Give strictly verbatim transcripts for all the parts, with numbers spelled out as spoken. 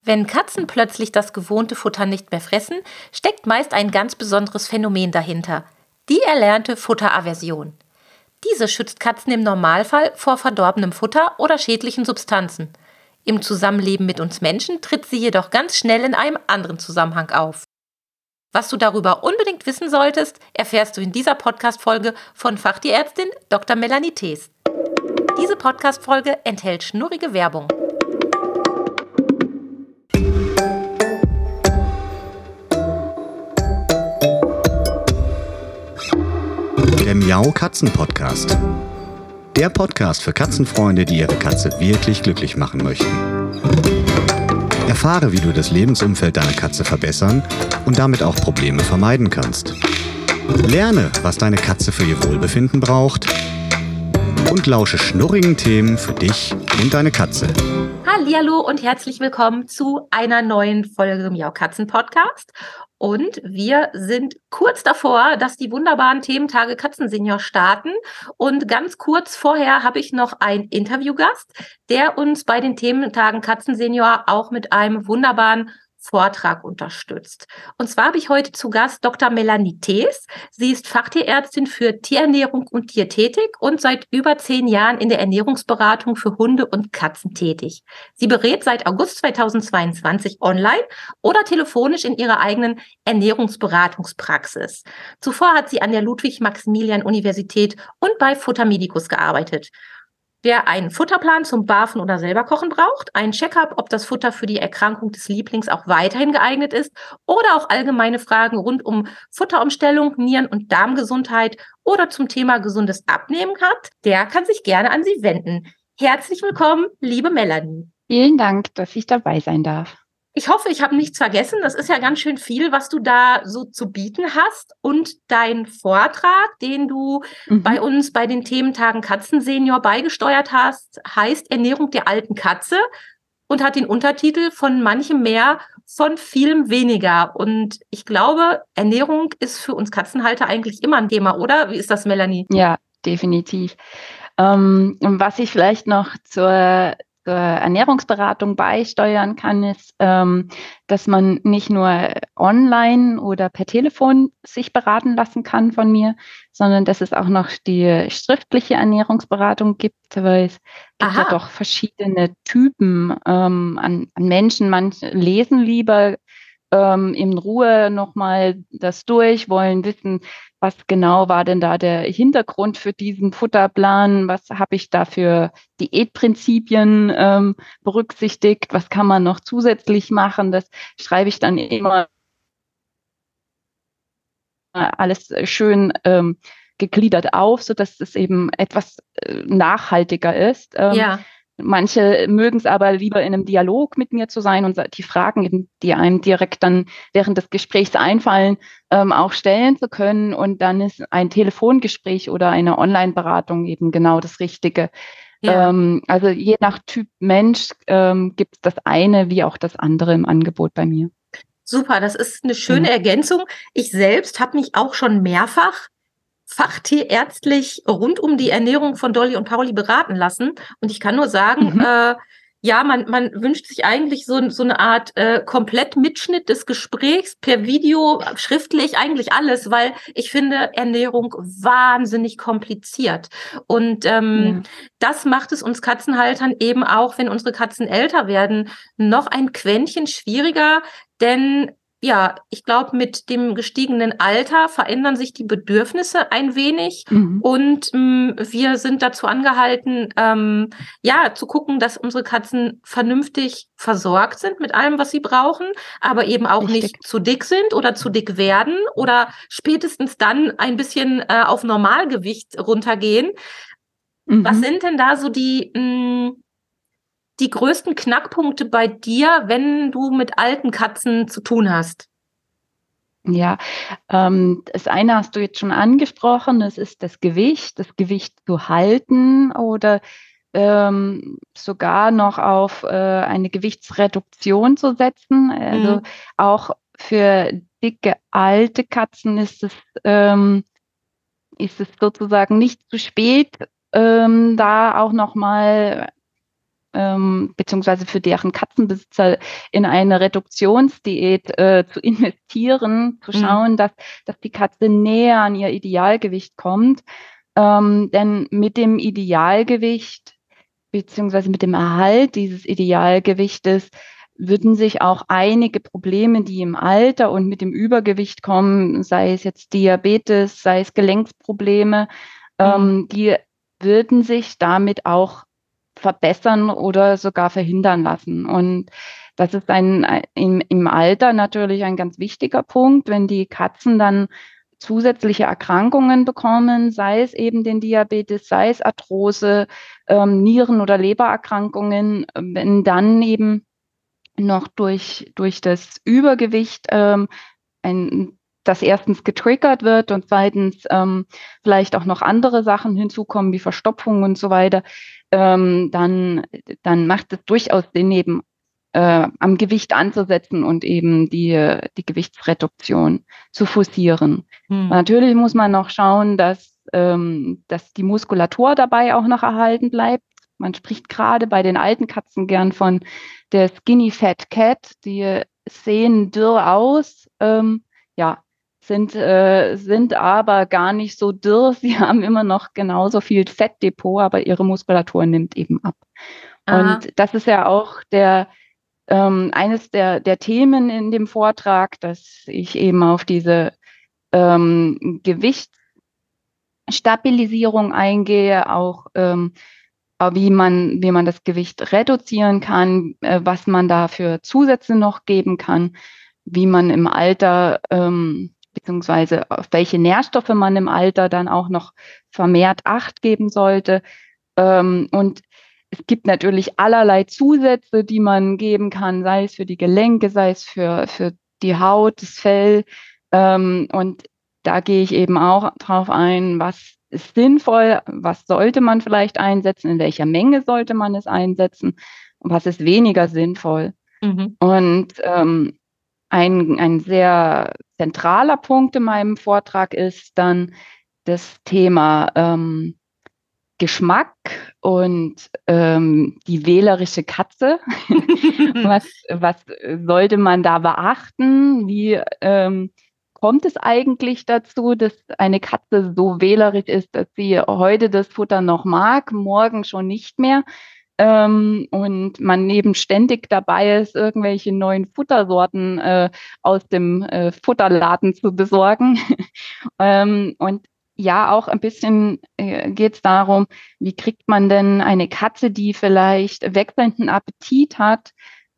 Wenn Katzen plötzlich das gewohnte Futter nicht mehr fressen, steckt meist ein ganz besonderes Phänomen dahinter: die erlernte Futteraversion. Diese schützt Katzen im Normalfall vor verdorbenem Futter oder schädlichen Substanzen. Im Zusammenleben mit uns Menschen tritt sie jedoch ganz schnell in einem anderen Zusammenhang auf. Was du darüber unbedingt wissen solltest, erfährst du in dieser Podcast-Folge von Fachtierärztin Doktor Melanie Thees. Diese Podcast-Folge enthält schnurrige Werbung. Der Miau-Katzen-Podcast. Der Podcast für Katzenfreunde, die ihre Katze wirklich glücklich machen möchten. Erfahre, wie du das Lebensumfeld deiner Katze verbessern und damit auch Probleme vermeiden kannst. Lerne, was deine Katze für ihr Wohlbefinden braucht. Und lausche schnurrigen Themen für dich und deine Katze. Hallihallo und herzlich willkommen zu einer neuen Folge Miau-Katzen-Podcast. Und wir sind kurz davor, dass die wunderbaren Thementage Katzensenior starten. Und ganz kurz vorher habe ich noch einen Interviewgast, der uns bei den Thementagen Katzensenior auch mit einem wunderbaren Vortrag unterstützt. Und zwar habe ich heute zu Gast Doktor Melanie Thees. Sie ist Fachtierärztin für Tierernährung und Tierethik und seit über zehn Jahren in der Ernährungsberatung für Hunde und Katzen tätig. Sie berät seit August zweitausendzweiundzwanzig online oder telefonisch in ihrer eigenen Ernährungsberatungspraxis. Zuvor hat sie an der Ludwig-Maximilian-Universität und bei Futtermedicus gearbeitet. Wer einen Futterplan zum Barfen oder selber kochen braucht, einen Check-up, ob das Futter für die Erkrankung des Lieblings auch weiterhin geeignet ist oder auch allgemeine Fragen rund um Futterumstellung, Nieren- und Darmgesundheit oder zum Thema gesundes Abnehmen hat, der kann sich gerne an Sie wenden. Herzlich willkommen, liebe Melanie. Vielen Dank, dass ich dabei sein darf. Ich hoffe, ich habe nichts vergessen. Das ist ja ganz schön viel, was du da so zu bieten hast. Und dein Vortrag, den du mhm. bei uns bei den Thementagen Katzensenior beigesteuert hast, heißt Ernährung der alten Katze und hat den Untertitel von manchem mehr, von vielem weniger. Und ich glaube, Ernährung ist für uns Katzenhalter eigentlich immer ein Thema, oder? Wie ist das, Melanie? Ja, definitiv. Ähm, was ich vielleicht noch zur Ernährungsberatung beisteuern kann, ist, ähm, dass man nicht nur online oder per Telefon sich beraten lassen kann von mir, sondern dass es auch noch die schriftliche Ernährungsberatung gibt, weil es gibt Aha. ja doch verschiedene Typen ähm, an, an Menschen. Manche lesen lieber ähm, in Ruhe nochmal das durch, wollen wissen, was genau war denn da der Hintergrund für diesen Futterplan? Was habe ich da für Diätprinzipien ähm, berücksichtigt? Was kann man noch zusätzlich machen? Das schreibe ich dann immer alles schön ähm, gegliedert auf, sodass es eben etwas äh, nachhaltiger ist. Ähm, ja. Manche mögen es aber lieber in einem Dialog mit mir zu sein und die Fragen, die einem direkt dann während des Gesprächs einfallen, ähm, auch stellen zu können. Und dann ist ein Telefongespräch oder eine Online-Beratung eben genau das Richtige. Ja. Ähm, also je nach Typ Mensch ähm, gibt es das eine wie auch das andere im Angebot bei mir. Super, das ist eine schöne ja. Ergänzung. Ich selbst habe mich auch schon mehrfach fachtierärztlich rund um die Ernährung von Dolly und Pauli beraten lassen. Und ich kann nur sagen, mhm. äh, ja, man, man wünscht sich eigentlich so, so eine Art äh, Komplettmitschnitt des Gesprächs per Video, schriftlich, eigentlich alles, weil ich finde Ernährung wahnsinnig kompliziert. Und ähm, ja. das macht es uns Katzenhaltern eben auch, wenn unsere Katzen älter werden, noch ein Quäntchen schwieriger, denn ja, ich glaube, mit dem gestiegenen Alter verändern sich die Bedürfnisse ein wenig mhm. und ähm, wir sind dazu angehalten, ähm, ja, zu gucken, dass unsere Katzen vernünftig versorgt sind mit allem, was sie brauchen, aber eben auch Richtig. nicht zu dick sind oder zu dick werden oder spätestens dann ein bisschen äh, auf Normalgewicht runtergehen. Mhm. Was sind denn da so die mh, die größten Knackpunkte bei dir, wenn du mit alten Katzen zu tun hast? Ja, ähm, das eine hast du jetzt schon angesprochen, das ist das Gewicht, das Gewicht zu halten oder ähm, sogar noch auf äh, eine Gewichtsreduktion zu setzen. Also mhm. auch für dicke, alte Katzen ist es, ähm, ist es sozusagen nicht zu spät, ähm, da auch nochmal ähm, beziehungsweise für deren Katzenbesitzer in eine Reduktionsdiät äh, zu investieren, zu schauen, mhm. dass, dass die Katze näher an ihr Idealgewicht kommt. Ähm, denn mit dem Idealgewicht beziehungsweise mit dem Erhalt dieses Idealgewichtes würden sich auch einige Probleme, die im Alter und mit dem Übergewicht kommen, sei es jetzt Diabetes, sei es Gelenksprobleme, mhm. ähm, die würden sich damit auch verbessern oder sogar verhindern lassen. Und das ist ein, ein im, im Alter natürlich ein ganz wichtiger Punkt, wenn die Katzen dann zusätzliche Erkrankungen bekommen, sei es eben den Diabetes, sei es Arthrose, ähm, Nieren- oder Lebererkrankungen, wenn dann eben noch durch, durch das Übergewicht ähm, ein, das erstens getriggert wird und zweitens ähm, vielleicht auch noch andere Sachen hinzukommen, wie Verstopfung und so weiter, ähm, dann, dann macht es durchaus Sinn, eben äh, am Gewicht anzusetzen und eben die, die Gewichtsreduktion zu forcieren. Hm. Natürlich muss man noch schauen, dass, ähm, dass die Muskulatur dabei auch noch erhalten bleibt. Man spricht gerade bei den alten Katzen gern von der Skinny Fat Cat. Die sehen dürr aus, ähm, ja, sind, äh, sind aber gar nicht so dürr. Sie haben immer noch genauso viel Fettdepot, aber ihre Muskulatur nimmt eben ab. Aha. Und das ist ja auch der ähm, eines der, der Themen in dem Vortrag, dass ich eben auf diese ähm, Gewichtsstabilisierung eingehe, auch ähm, wie man, wie man das Gewicht reduzieren kann, äh, was man da für Zusätze noch geben kann, wie man im Alter, ähm, beziehungsweise auf welche Nährstoffe man im Alter dann auch noch vermehrt Acht geben sollte. Ähm, und es gibt natürlich allerlei Zusätze, die man geben kann, sei es für die Gelenke, sei es für, für die Haut, das Fell. Ähm, und da gehe ich eben auch drauf ein, was ist sinnvoll, was sollte man vielleicht einsetzen, in welcher Menge sollte man es einsetzen und was ist weniger sinnvoll. Mhm. Und ähm, ein, ein sehr zentraler Punkt in meinem Vortrag ist dann das Thema ähm, Geschmack und ähm, die wählerische Katze. was, was sollte man da beachten? Wie ähm, kommt es eigentlich dazu, dass eine Katze so wählerisch ist, dass sie heute das Futter noch mag, morgen schon nicht mehr? Ähm, und man eben ständig dabei ist, irgendwelche neuen Futtersorten äh, aus dem äh, Futterladen zu besorgen. ähm, und ja, auch ein bisschen äh, geht es darum, wie kriegt man denn eine Katze, die vielleicht wechselnden Appetit hat,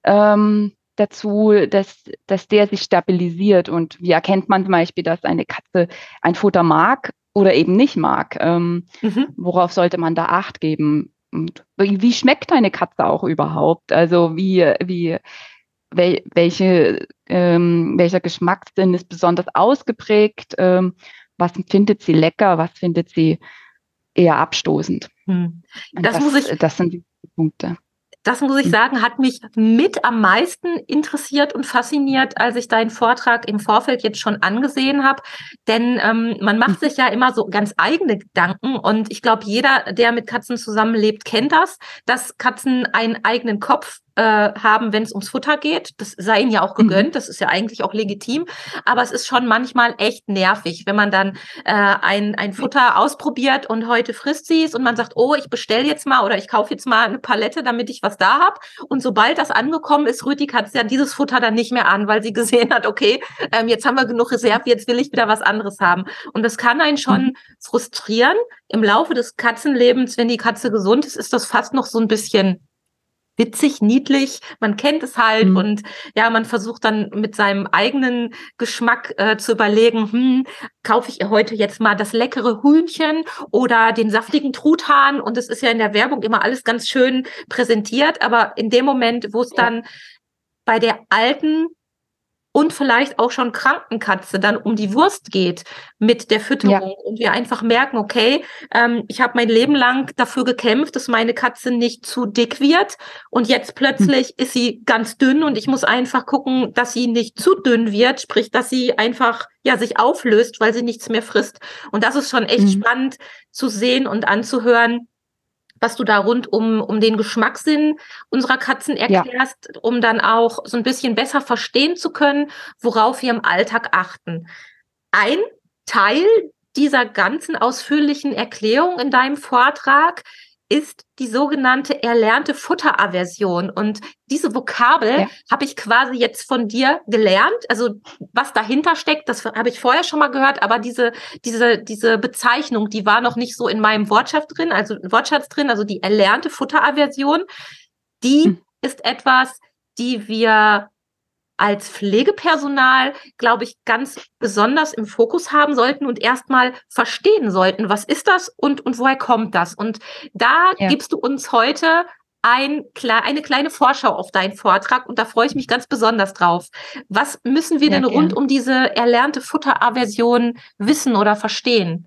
ähm, dazu, dass, dass der sich stabilisiert. Und wie erkennt man zum Beispiel, dass eine Katze ein Futter mag oder eben nicht mag? Ähm, mhm. Worauf sollte man da Acht geben? Und wie schmeckt eine Katze auch überhaupt? Also wie, wie wel, welche, ähm, welcher Geschmackssinn ist besonders ausgeprägt? Ähm, was findet sie lecker? Was findet sie eher abstoßend? Hm. Das, das muss ich. Das sind die Punkte. Das muss ich sagen, hat mich mit am meisten interessiert und fasziniert, als ich deinen Vortrag im Vorfeld jetzt schon angesehen habe. Denn ähm, man macht sich ja immer so ganz eigene Gedanken. Und ich glaube, jeder, der mit Katzen zusammenlebt, kennt das, dass Katzen einen eigenen Kopf äh, haben, wenn es ums Futter geht. Das sei ihnen ja auch gegönnt. Mhm. Das ist ja eigentlich auch legitim. Aber es ist schon manchmal echt nervig, wenn man dann äh, ein, ein Futter ausprobiert und heute frisst sie es und man sagt, oh, ich bestelle jetzt mal oder ich kaufe jetzt mal eine Palette, damit ich was da habe. Und sobald das angekommen ist, rührt die Katze ja dieses Futter dann nicht mehr an, weil sie gesehen hat, okay, ähm, jetzt haben wir genug Reserve, jetzt will ich wieder was anderes haben. Und das kann einen schon mhm. frustrieren. Im Laufe des Katzenlebens, wenn die Katze gesund ist, ist das fast noch so ein bisschen witzig, niedlich, man kennt es halt mhm. und ja, man versucht dann mit seinem eigenen Geschmack äh, zu überlegen, hm, kaufe ich ihr heute jetzt mal das leckere Hühnchen oder den saftigen Truthahn, und es ist ja in der Werbung immer alles ganz schön präsentiert, aber in dem Moment, wo es ja. dann bei der alten und vielleicht auch schon kranken Katze dann um die Wurst geht mit der Fütterung ja. und wir einfach merken, okay, ähm, ich habe mein Leben lang dafür gekämpft, dass meine Katze nicht zu dick wird und jetzt plötzlich hm. ist sie ganz dünn und ich muss einfach gucken, dass sie nicht zu dünn wird, sprich, dass sie einfach ja sich auflöst, weil sie nichts mehr frisst. Und das ist schon echt hm. spannend zu sehen und anzuhören, was du da rund um, um den Geschmackssinn unserer Katzen erklärst, ja. um dann auch so ein bisschen besser verstehen zu können, worauf wir im Alltag achten. Ein Teil dieser ganzen ausführlichen Erklärung in deinem Vortrag ist die sogenannte erlernte Futteraversion. Und diese Vokabel ja. habe ich quasi jetzt von dir gelernt. Also was dahinter steckt, das habe ich vorher schon mal gehört, aber diese, diese, diese Bezeichnung, die war noch nicht so in meinem Wortschatz drin, also Wortschatz drin, also die erlernte Futteraversion, die hm. ist etwas, die wir als Pflegepersonal, glaube ich, ganz besonders im Fokus haben sollten und erstmal verstehen sollten, was ist das und, und woher kommt das? Und da ja. gibst du uns heute ein, eine kleine Vorschau auf deinen Vortrag und da freue ich mich ganz besonders drauf. Was müssen wir ja, denn rund gern. um diese erlernte Futteraversion wissen oder verstehen?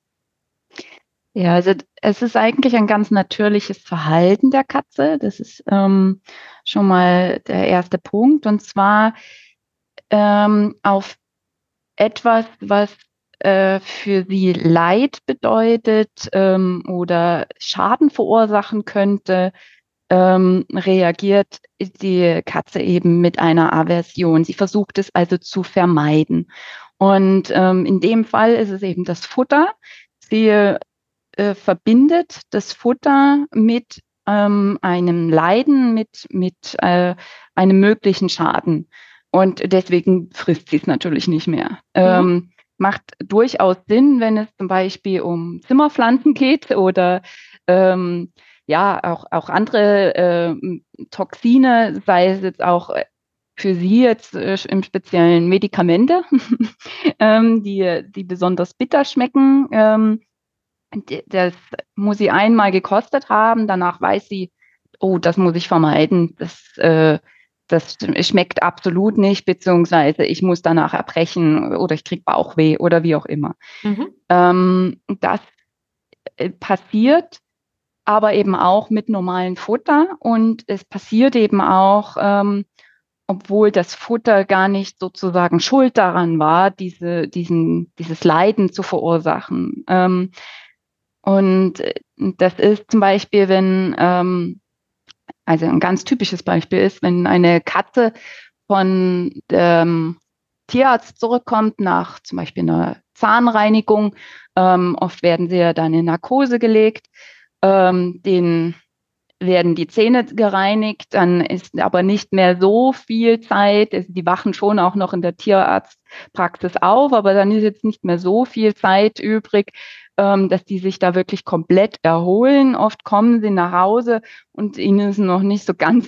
Ja, also es ist eigentlich ein ganz natürliches Verhalten der Katze. Das ist ähm, schon mal der erste Punkt. Und zwar ähm, auf etwas, was äh, für sie Leid bedeutet ähm, oder Schaden verursachen könnte, ähm, reagiert die Katze eben mit einer Aversion. Sie versucht es also zu vermeiden. Und ähm, in dem Fall ist es eben das Futter. Sie Äh, verbindet das Futter mit ähm, einem Leiden, mit, mit äh, einem möglichen Schaden. Und deswegen frisst sie es natürlich nicht mehr. Mhm. Ähm, macht durchaus Sinn, wenn es zum Beispiel um Zimmerpflanzen geht oder ähm, ja, auch, auch andere äh, Toxine, sei es jetzt auch für sie jetzt äh, im speziellen Medikamente, ähm, die, die besonders bitter schmecken. Ähm, Das muss sie einmal gekostet haben, danach weiß sie, oh, das muss ich vermeiden, das, äh, das schmeckt absolut nicht, beziehungsweise ich muss danach erbrechen oder ich kriege Bauchweh oder wie auch immer. Mhm. Ähm, das äh, passiert aber eben auch mit normalem Futter und es passiert eben auch, ähm, obwohl das Futter gar nicht sozusagen schuld daran war, diese, diesen, dieses Leiden zu verursachen. Ähm, Und das ist zum Beispiel, wenn, ähm, also ein ganz typisches Beispiel ist, wenn eine Katze von dem Tierarzt zurückkommt nach zum Beispiel einer Zahnreinigung, ähm, oft werden sie ja dann in Narkose gelegt, ähm, den werden die Zähne gereinigt, dann ist aber nicht mehr so viel Zeit, also die wachen schon auch noch in der Tierarztpraxis auf, aber dann ist jetzt nicht mehr so viel Zeit übrig, ähm, dass die sich da wirklich komplett erholen. Oft kommen sie nach Hause und ihnen ist noch nicht so ganz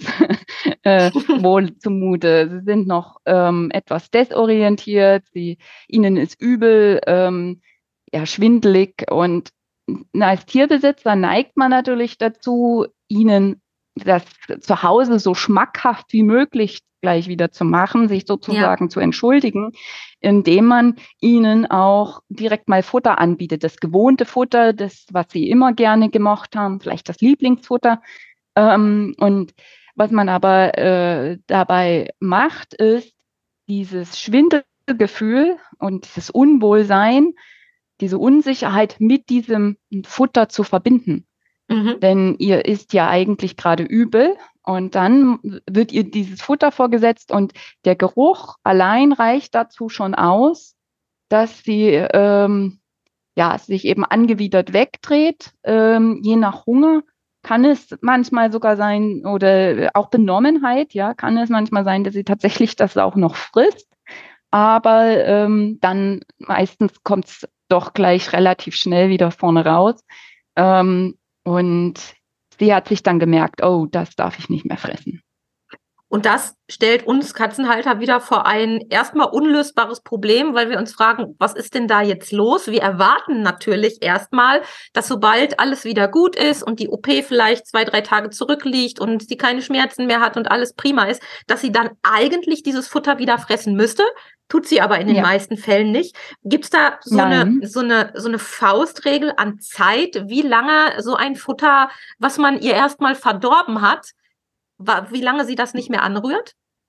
äh, wohl zumute. Sie sind noch ähm, etwas desorientiert, sie, ihnen ist übel, ähm, ja, schwindelig und als Tierbesitzer neigt man natürlich dazu, ihnen das zu Hause so schmackhaft wie möglich gleich wieder zu machen, sich sozusagen ja. zu entschuldigen, indem man ihnen auch direkt mal Futter anbietet. Das gewohnte Futter, das, was sie immer gerne gemocht haben, vielleicht das Lieblingsfutter. Ähm, und was man aber äh, dabei macht, ist dieses Schwindelgefühl und dieses Unwohlsein, diese Unsicherheit mit diesem Futter zu verbinden. Mhm. Denn ihr isst ja eigentlich gerade übel und dann wird ihr dieses Futter vorgesetzt und der Geruch allein reicht dazu schon aus, dass sie ähm, ja, sich eben angewidert wegdreht. Ähm, je nach Hunger kann es manchmal sogar sein, oder auch Benommenheit, ja, kann es manchmal sein, dass sie tatsächlich das auch noch frisst. Aber ähm, dann meistens kommt es doch gleich relativ schnell wieder vorne raus. Ähm, und sie hat sich dann gemerkt, oh, das darf ich nicht mehr fressen. Und das stellt uns Katzenhalter wieder vor ein erstmal unlösbares Problem, weil wir uns fragen, was ist denn da jetzt los? Wir erwarten natürlich erstmal, dass sobald alles wieder gut ist und die O P vielleicht zwei, drei Tage zurückliegt und sie keine Schmerzen mehr hat und alles prima ist, dass sie dann eigentlich dieses Futter wieder fressen müsste. Tut sie aber in den ja. meisten Fällen nicht. Gibt es da so eine, so, eine, so eine Faustregel an Zeit, wie lange so ein Futter, was man ihr erstmal verdorben hat, wie lange sie das nicht mehr anrührt?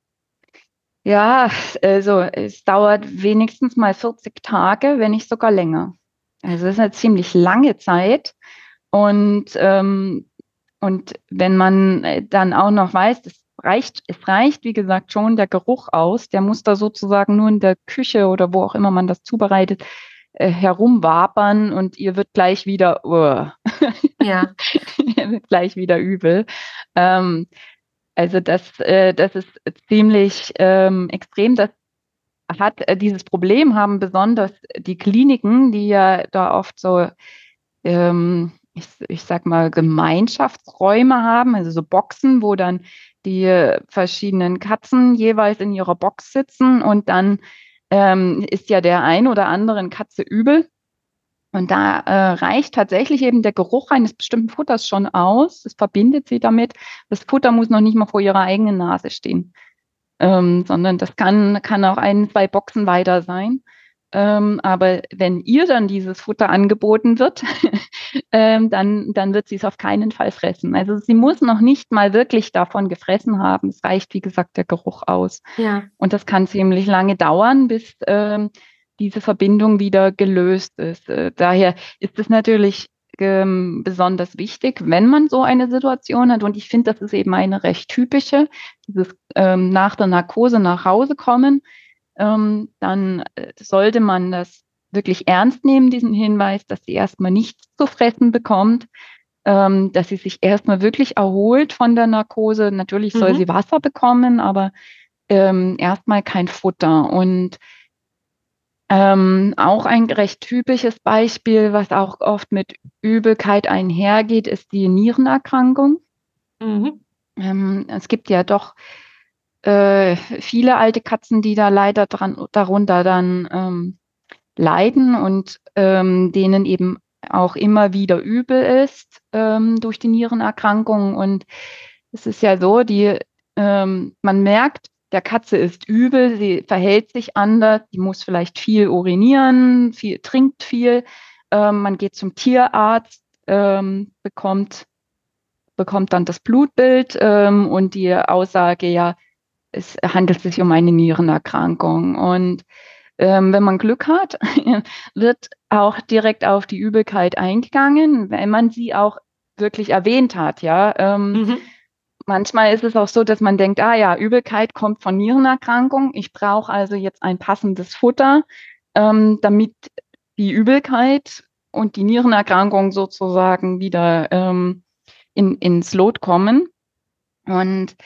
Ja, also es dauert wenigstens mal vierzig Tage, wenn nicht sogar länger. Also das ist eine ziemlich lange Zeit. Und, ähm, und wenn man dann auch noch weiß, es reicht, es reicht, wie gesagt, schon der Geruch aus, der muss da sozusagen nur in der Küche oder wo auch immer man das zubereitet, äh, herumwabern und ihr wird gleich wieder, uh, Ja. ihr wird gleich wieder übel. Ähm, also das, äh, das ist ziemlich ähm, extrem. Das hat äh, dieses Problem haben besonders die Kliniken, die ja da oft so ähm, ich, ich sag mal, Gemeinschaftsräume haben, also so Boxen, wo dann die verschiedenen Katzen jeweils in ihrer Box sitzen und dann ähm, ist ja der ein oder anderen Katze übel. Und da äh, reicht tatsächlich eben der Geruch eines bestimmten Futters schon aus. Das verbindet sie damit. Das Futter muss noch nicht mal vor ihrer eigenen Nase stehen, ähm, sondern das kann, kann auch ein, zwei Boxen weiter sein. Ähm, aber wenn ihr dann dieses Futter angeboten wird, ähm, dann, dann wird sie es auf keinen Fall fressen. Also sie muss noch nicht mal wirklich davon gefressen haben. Es reicht, wie gesagt, der Geruch aus. Ja. Und das kann ziemlich lange dauern, bis ähm, diese Verbindung wieder gelöst ist. Äh, daher ist es natürlich ähm, besonders wichtig, wenn man so eine Situation hat. Und ich finde, das ist eben eine recht typische, dieses ähm, nach der Narkose nach Hause kommen. Ähm, dann äh, sollte man das wirklich ernst nehmen, diesen Hinweis, dass sie erstmal nichts zu fressen bekommt, ähm, dass sie sich erstmal wirklich erholt von der Narkose. Natürlich soll Mhm. sie Wasser bekommen, aber ähm, erstmal kein Futter. Und ähm, auch ein recht typisches Beispiel, was auch oft mit Übelkeit einhergeht, ist die Nierenerkrankung. Mhm. Ähm, es gibt ja doch äh, viele alte Katzen, die da leider dran, darunter dann ähm, leiden und ähm, denen eben auch immer wieder übel ist ähm, durch die Nierenerkrankung. Und es ist ja so, die, ähm, man merkt, der Katze ist übel, sie verhält sich anders, die muss vielleicht viel urinieren, viel, trinkt viel. Ähm, man geht zum Tierarzt, ähm, bekommt, bekommt dann das Blutbild ähm, und die Aussage, ja, es handelt sich um eine Nierenerkrankung. Und ähm, wenn man Glück hat, wird auch direkt auf die Übelkeit eingegangen, wenn man sie auch wirklich erwähnt hat. Ja, ähm, Mhm. manchmal ist es auch so, dass man denkt, ah ja, Übelkeit kommt von Nierenerkrankung. Ich brauche also jetzt ein passendes Futter, ähm, damit die Übelkeit und die Nierenerkrankung sozusagen wieder ähm, in, ins Lot kommen. Und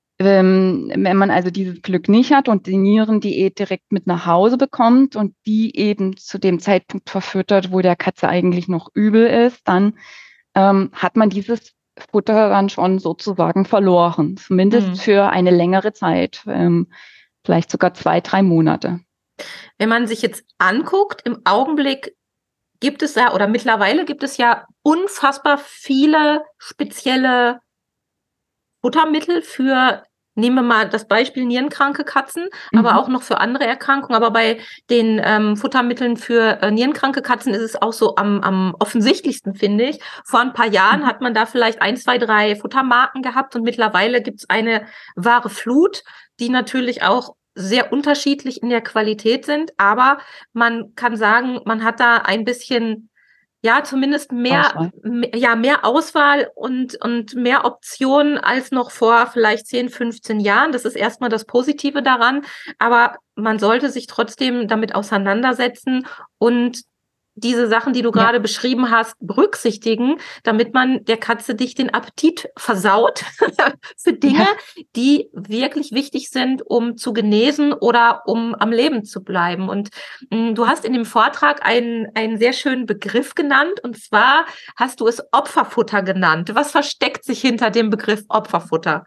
ähm, wenn man also dieses Glück nicht hat und die Nierendiät direkt mit nach Hause bekommt und die eben zu dem Zeitpunkt verfüttert, wo der Katze eigentlich noch übel ist, dann ähm, hat man dieses Futter dann schon sozusagen verloren, zumindest Mhm. für eine längere Zeit, ähm, vielleicht sogar zwei, drei Monate. Wenn man sich jetzt anguckt, im Augenblick gibt es ja, oder mittlerweile gibt es ja unfassbar viele spezielle Futtermittel für, nehmen wir mal das Beispiel nierenkranke Katzen, mhm. aber auch noch für andere Erkrankungen. Aber bei den ähm, Futtermitteln für äh, nierenkranke Katzen ist es auch so am, am offensichtlichsten, finde ich. Vor ein paar Jahren mhm. hat man da vielleicht ein, zwei, drei Futtermarken gehabt und mittlerweile gibt es eine wahre Flut, die natürlich auch sehr unterschiedlich in der Qualität sind. Aber man kann sagen, man hat da ein bisschen, ja, zumindest mehr, mehr, ja, mehr Auswahl und, und mehr Optionen als noch vor vielleicht zehn, fünfzehn Jahren. Das ist erstmal das Positive daran. Aber man sollte sich trotzdem damit auseinandersetzen und diese Sachen, die du gerade ja. beschrieben hast, berücksichtigen, damit man der Katze nicht den Appetit versaut für Dinge, ja. die wirklich wichtig sind, um zu genesen oder um am Leben zu bleiben. Und mh, du hast in dem Vortrag einen, einen sehr schönen Begriff genannt, und zwar hast du es Opferfutter genannt. Was versteckt sich hinter dem Begriff Opferfutter?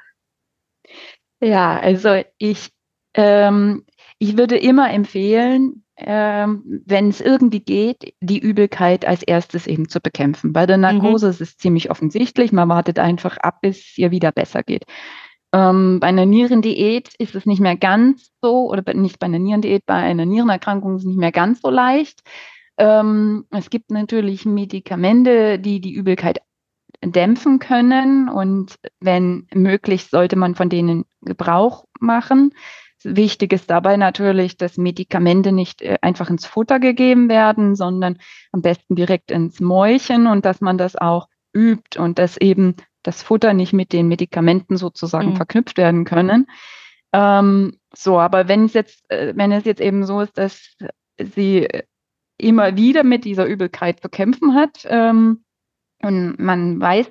Ja, also ich, ähm, ich würde immer empfehlen, Ähm, wenn es irgendwie geht, die Übelkeit als erstes eben zu bekämpfen. Bei der Narkose mhm. ist es ziemlich offensichtlich, man wartet einfach ab, bis es ihr wieder besser geht. Ähm, bei einer Nierendiät ist es nicht mehr ganz so, oder nicht bei einer Nierendiät, bei einer Nierenerkrankung ist es nicht mehr ganz so leicht. Ähm, es gibt natürlich Medikamente, die die Übelkeit dämpfen können, und wenn möglich, sollte man von denen Gebrauch machen. Wichtig ist dabei natürlich, dass Medikamente nicht einfach ins Futter gegeben werden, sondern am besten direkt ins Mäulchen, und dass man das auch übt und dass eben das Futter nicht mit den Medikamenten sozusagen mhm. verknüpft werden können. Ähm, so, aber wenn es jetzt, äh, wenn es jetzt eben so ist, dass sie immer wieder mit dieser Übelkeit zu kämpfen hat, ähm, und man weiß,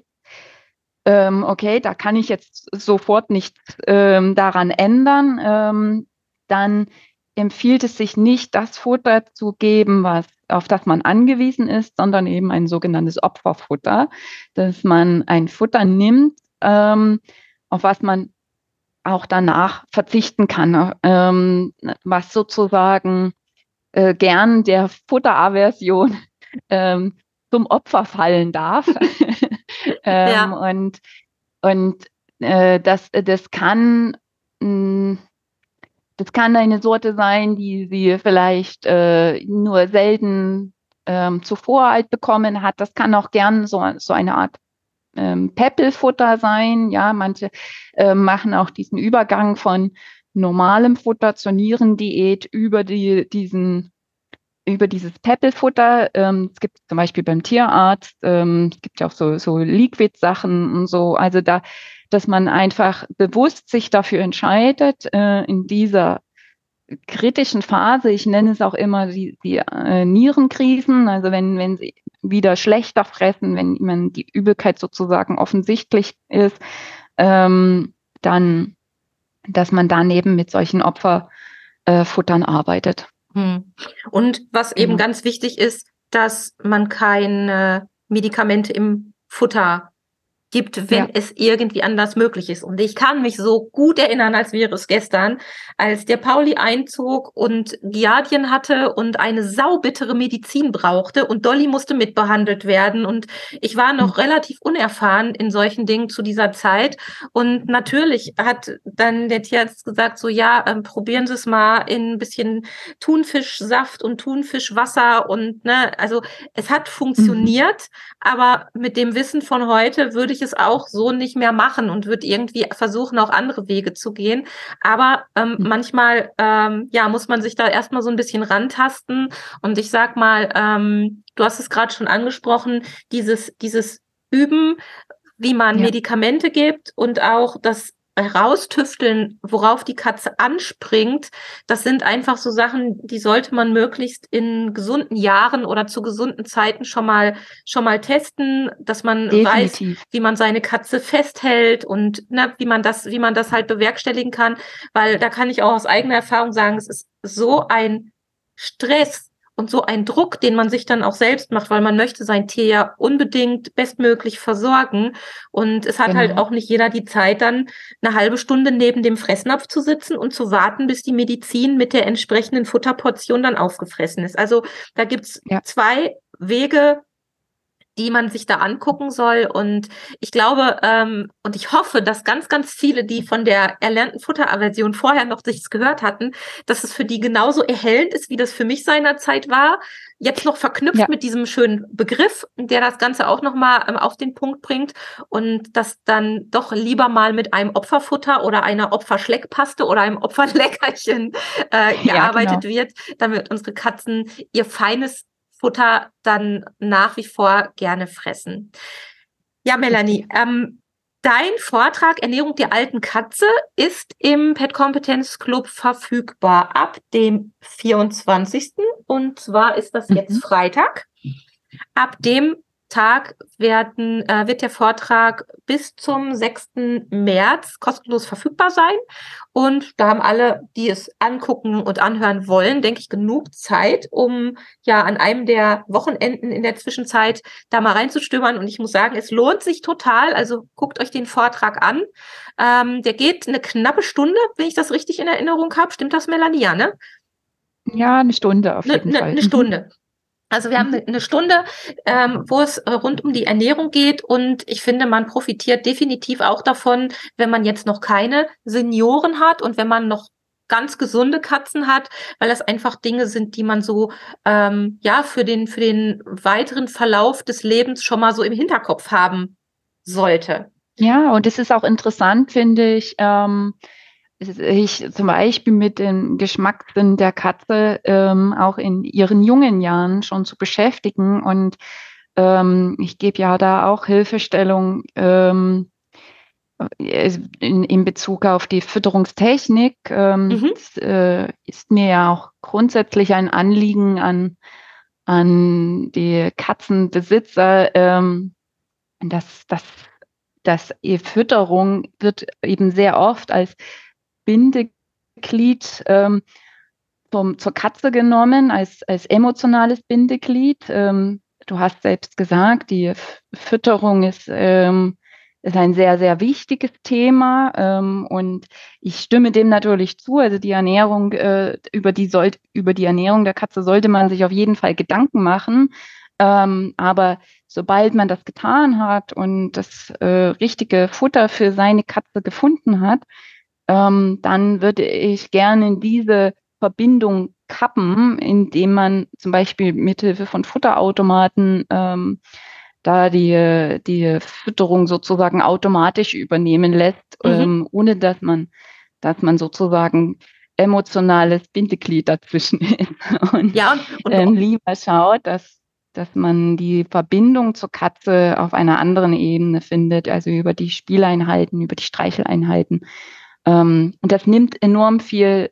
ähm, okay, da kann ich jetzt sofort nichts ähm, daran ändern, ähm, dann empfiehlt es sich nicht, das Futter zu geben, was, auf das man angewiesen ist, sondern eben ein sogenanntes Opferfutter, dass man ein Futter nimmt, ähm, auf was man auch danach verzichten kann, ähm, was sozusagen äh, gern der Futteraversion ähm, zum Opfer fallen darf. ähm, Ja. Und, und äh, das, das kann mh, das kann eine Sorte sein, die sie vielleicht äh, nur selten ähm, zuvor halt bekommen hat. Das kann auch gern so, so eine Art ähm, Peppelfutter sein. Ja, manche äh, machen auch diesen Übergang von normalem Futter zur Nierendiät über die, diesen über dieses Peppelfutter. Ähm, es gibt zum Beispiel beim Tierarzt, ähm, es gibt ja auch so, so Liquid-Sachen und so. Also da, dass man einfach bewusst sich dafür entscheidet, äh, in dieser kritischen Phase, ich nenne es auch immer die, die äh, Nierenkrisen, also wenn, wenn sie wieder schlechter fressen, wenn man die Übelkeit sozusagen offensichtlich ist, ähm, dann, dass man daneben mit solchen Opferfuttern äh, arbeitet. Hm. Und was Genau. eben ganz wichtig ist, dass man keine Medikamente im Futter gibt, wenn ja. es irgendwie anders möglich ist. Und ich kann mich so gut erinnern, als wäre es gestern, als der Pauli einzog und Giardien hatte und eine saubittere Medizin brauchte und Dolly musste mitbehandelt werden. Und ich war noch mhm. relativ unerfahren in solchen Dingen zu dieser Zeit. Und natürlich hat dann der Tierarzt gesagt, so ja, ähm, probieren Sie es mal in ein bisschen Thunfischsaft und Thunfischwasser. Und ne, also es hat funktioniert, mhm. aber mit dem Wissen von heute würde ich es auch so nicht mehr machen und würde irgendwie versuchen, auch andere Wege zu gehen. Aber ähm, mhm. manchmal ähm, ja, muss man sich da erstmal so ein bisschen rantasten. Und ich sag mal, ähm, du hast es gerade schon angesprochen, dieses, dieses Üben, wie man ja. Medikamente gibt und auch das heraustüfteln, worauf die Katze anspringt, das sind einfach so Sachen, die sollte man möglichst in gesunden Jahren oder zu gesunden Zeiten schon mal schon mal testen, dass man Definitiv. weiß, wie man seine Katze festhält und ne, wie man das, wie man das halt bewerkstelligen kann, weil da kann ich auch aus eigener Erfahrung sagen, es ist so ein Stress und so ein Druck, den man sich dann auch selbst macht, weil man möchte sein Tier ja unbedingt bestmöglich versorgen. Und es hat genau. halt auch nicht jeder die Zeit, dann eine halbe Stunde neben dem Fressnapf zu sitzen und zu warten, bis die Medizin mit der entsprechenden Futterportion dann aufgefressen ist. Also da gibt's ja. zwei Wege, die man sich da angucken soll. Und ich glaube ähm, und ich hoffe, dass ganz, ganz viele, die von der erlernten Futteraversion vorher noch nichts gehört hatten, dass es für die genauso erhellend ist, wie das für mich seinerzeit war. Jetzt noch verknüpft ja. mit diesem schönen Begriff, der das Ganze auch nochmal ähm, auf den Punkt bringt und dass dann doch lieber mal mit einem Opferfutter oder einer Opferschleckpaste oder einem Opferleckerchen äh, gearbeitet ja, genau. wird, damit unsere Katzen ihr feines Futter dann nach wie vor gerne fressen. Ja, Melanie, ähm, dein Vortrag Ernährung der alten Katze ist im Pet Kompetenz Club verfügbar ab dem vierundzwanzigsten Und zwar ist das jetzt mhm. Freitag. Ab dem Tag werden, äh, wird der Vortrag bis zum sechsten März kostenlos verfügbar sein. Und da haben alle, die es angucken und anhören wollen, denke ich, genug Zeit, um ja an einem der Wochenenden in der Zwischenzeit da mal reinzustöbern. Und ich muss sagen, es lohnt sich total. Also guckt euch den Vortrag an. Ähm, der geht eine knappe Stunde, wenn ich das richtig in Erinnerung habe. Stimmt das, Melanie? Ja, ne? Ja, eine Stunde auf jeden ne, Fall. Eine Stunde. Also wir haben eine Stunde, ähm, wo es rund um die Ernährung geht und ich finde, man profitiert definitiv auch davon, wenn man jetzt noch keine Senioren hat und wenn man noch ganz gesunde Katzen hat, weil das einfach Dinge sind, die man so ähm, ja für den für den weiteren Verlauf des Lebens schon mal so im Hinterkopf haben sollte. Ja, und es ist auch interessant, finde ich, ähm, sich zum Beispiel mit dem Geschmackssinn der Katze ähm, auch in ihren jungen Jahren schon zu beschäftigen und Ähm, ich gebe ja da auch Hilfestellung ähm, in, in Bezug auf die Fütterungstechnik. Ähm, Mhm. das äh, ist mir ja auch grundsätzlich ein Anliegen an, an die Katzenbesitzer, ähm, dass, dass, dass die Fütterung wird eben sehr oft als Bindeglied ähm, zum, zur Katze genommen, als, als emotionales Bindeglied. Ähm, du hast selbst gesagt, die F- Fütterung ist, ähm, ist ein sehr, sehr wichtiges Thema. Ähm, und ich stimme dem natürlich zu. Also die Ernährung, äh, über die soll, über die Ernährung der Katze sollte man sich auf jeden Fall Gedanken machen. Ähm, aber sobald man das getan hat und das äh, richtige Futter für seine Katze gefunden hat, ähm, dann würde ich gerne diese Verbindung kappen, indem man zum Beispiel mithilfe von Futterautomaten ähm, da die, die Fütterung sozusagen automatisch übernehmen lässt, Mhm. ähm, ohne dass man, dass man sozusagen emotionales Bindeglied dazwischen ist und, Ja, und, und ähm, lieber schaut, dass, dass man die Verbindung zur Katze auf einer anderen Ebene findet, also über die Spieleinheiten, über die Streicheleinheiten. Ähm, und das nimmt enorm viel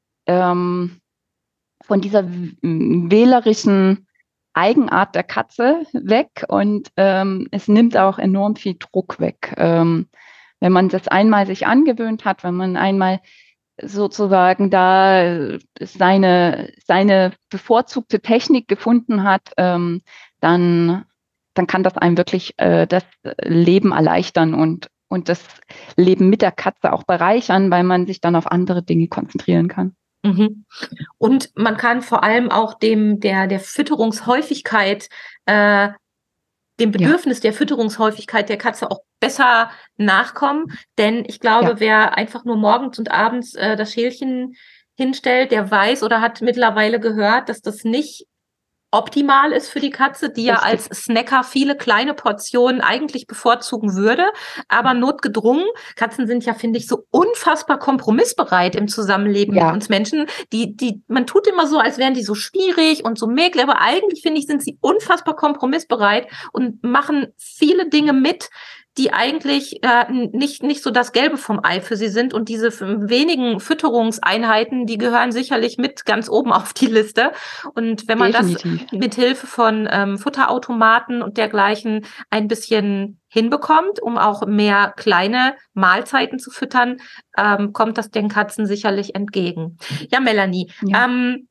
ähm, von dieser wählerischen Eigenart der Katze weg und ähm, es nimmt auch enorm viel Druck weg. Ähm, wenn man das einmal sich angewöhnt hat, wenn man einmal sozusagen da seine, seine bevorzugte Technik gefunden hat, ähm, dann, dann kann das einem wirklich äh, das Leben erleichtern und, und das Leben mit der Katze auch bereichern, weil man sich dann auf andere Dinge konzentrieren kann. Mhm. Und man kann vor allem auch dem der der Fütterungshäufigkeit, äh, dem Ja, Bedürfnis der Fütterungshäufigkeit der Katze auch besser nachkommen. Denn ich ja, glaube, wer einfach nur morgens und abends äh, das Schälchen hinstellt, der weiß oder hat mittlerweile gehört, dass das nicht optimal ist für die Katze, die ja als richtig. Snacker viele kleine Portionen eigentlich bevorzugen würde, aber notgedrungen. Katzen sind ja, finde ich, so unfassbar kompromissbereit im Zusammenleben mit Ja, uns Menschen. Die, die, man tut immer so, als wären die so schwierig und so mäkelig, aber eigentlich, finde ich, sind sie unfassbar kompromissbereit und machen viele Dinge mit, die eigentlich äh, nicht, nicht so das Gelbe vom Ei für sie sind. Und diese f- wenigen Fütterungseinheiten, die gehören sicherlich mit ganz oben auf die Liste. Und wenn man das definitiv. mit Hilfe von ähm, Futterautomaten und dergleichen ein bisschen hinbekommt, um auch mehr kleine Mahlzeiten zu füttern, ähm, kommt das den Katzen sicherlich entgegen. Ja, Melanie, Ja. ähm,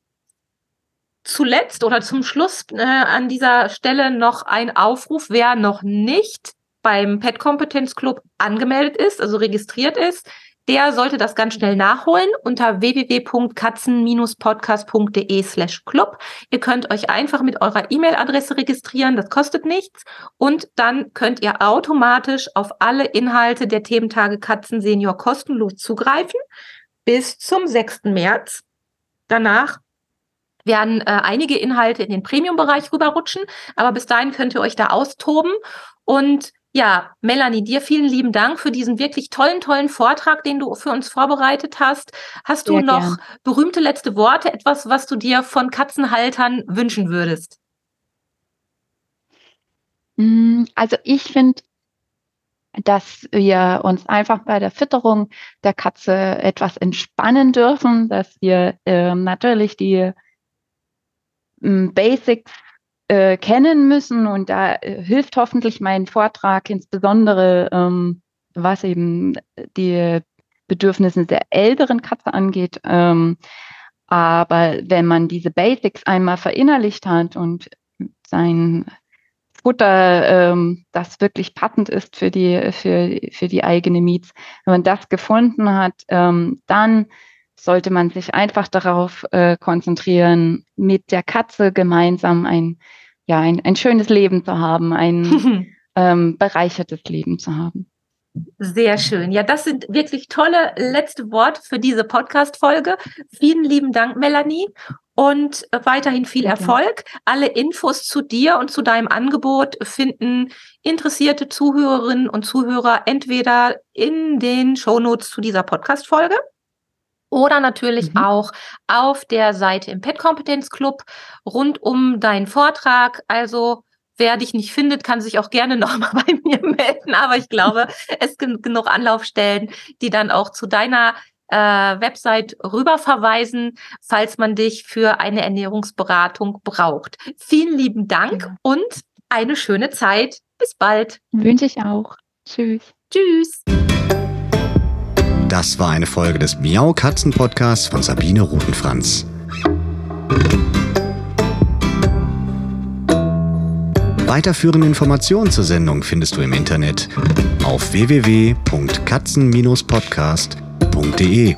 zuletzt oder zum Schluss äh, an dieser Stelle noch ein Aufruf, wer noch nicht beim Pet Kompetenz Club angemeldet ist, also registriert ist, der sollte das ganz schnell nachholen unter w w w punkt katzen podcast punkt d e slash club. Ihr könnt euch einfach mit eurer E-Mail-Adresse registrieren, das kostet nichts. Und dann könnt ihr automatisch auf alle Inhalte der Thementage Katzen Senior kostenlos zugreifen bis zum sechsten März. Danach werden äh, einige Inhalte in den Premium-Bereich rüberrutschen, aber bis dahin könnt ihr euch da austoben. Und ja, Melanie, dir vielen lieben Dank für diesen wirklich tollen, tollen Vortrag, den du für uns vorbereitet hast. Hast du Sehr noch gern. berühmte letzte Worte, etwas, was du dir von Katzenhaltern wünschen würdest? Mm, Also ich finde, dass wir uns einfach bei der Fütterung der Katze etwas entspannen dürfen, dass wir ähm, natürlich die ähm, Basics äh, kennen müssen und da äh, hilft hoffentlich mein Vortrag insbesondere, ähm, was eben die Bedürfnisse der älteren Katze angeht. Ähm, aber wenn man diese Basics einmal verinnerlicht hat und sein Futter, ähm, das wirklich passend ist für die, für, für die eigene Miets. Wenn man das gefunden hat, ähm, dann sollte man sich einfach darauf äh, konzentrieren, mit der Katze gemeinsam ein, ja, ein, ein schönes Leben zu haben, ein ähm, bereichertes Leben zu haben. Sehr schön. Ja, das sind wirklich tolle letzte Worte für diese Podcast-Folge. Vielen lieben Dank, Melanie. Und weiterhin viel Sehr gern. Erfolg. Alle Infos zu dir und zu deinem Angebot finden interessierte Zuhörerinnen und Zuhörer entweder in den Shownotes zu dieser Podcast-Folge oder natürlich Mhm. auch auf der Seite im Pet Kompetenz Club rund um deinen Vortrag. Also Wer dich nicht findet, kann sich auch gerne nochmal bei mir melden. Aber ich glaube, es gibt genug Anlaufstellen, die dann auch zu deiner äh, Website rüberverweisen, falls man dich für eine Ernährungsberatung braucht. Vielen lieben Dank ja. und eine schöne Zeit. Bis bald. Wünsche ich auch. Tschüss. Tschüss. Das war eine Folge des Miau Katzen Podcasts von Sabine Rutenfranz. Weiterführende Informationen zur Sendung findest du im Internet auf w w w punkt katzen Bindestrich podcast punkt de.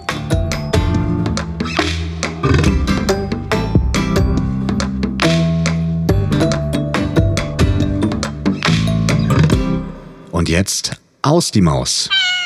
Und jetzt aus die Maus.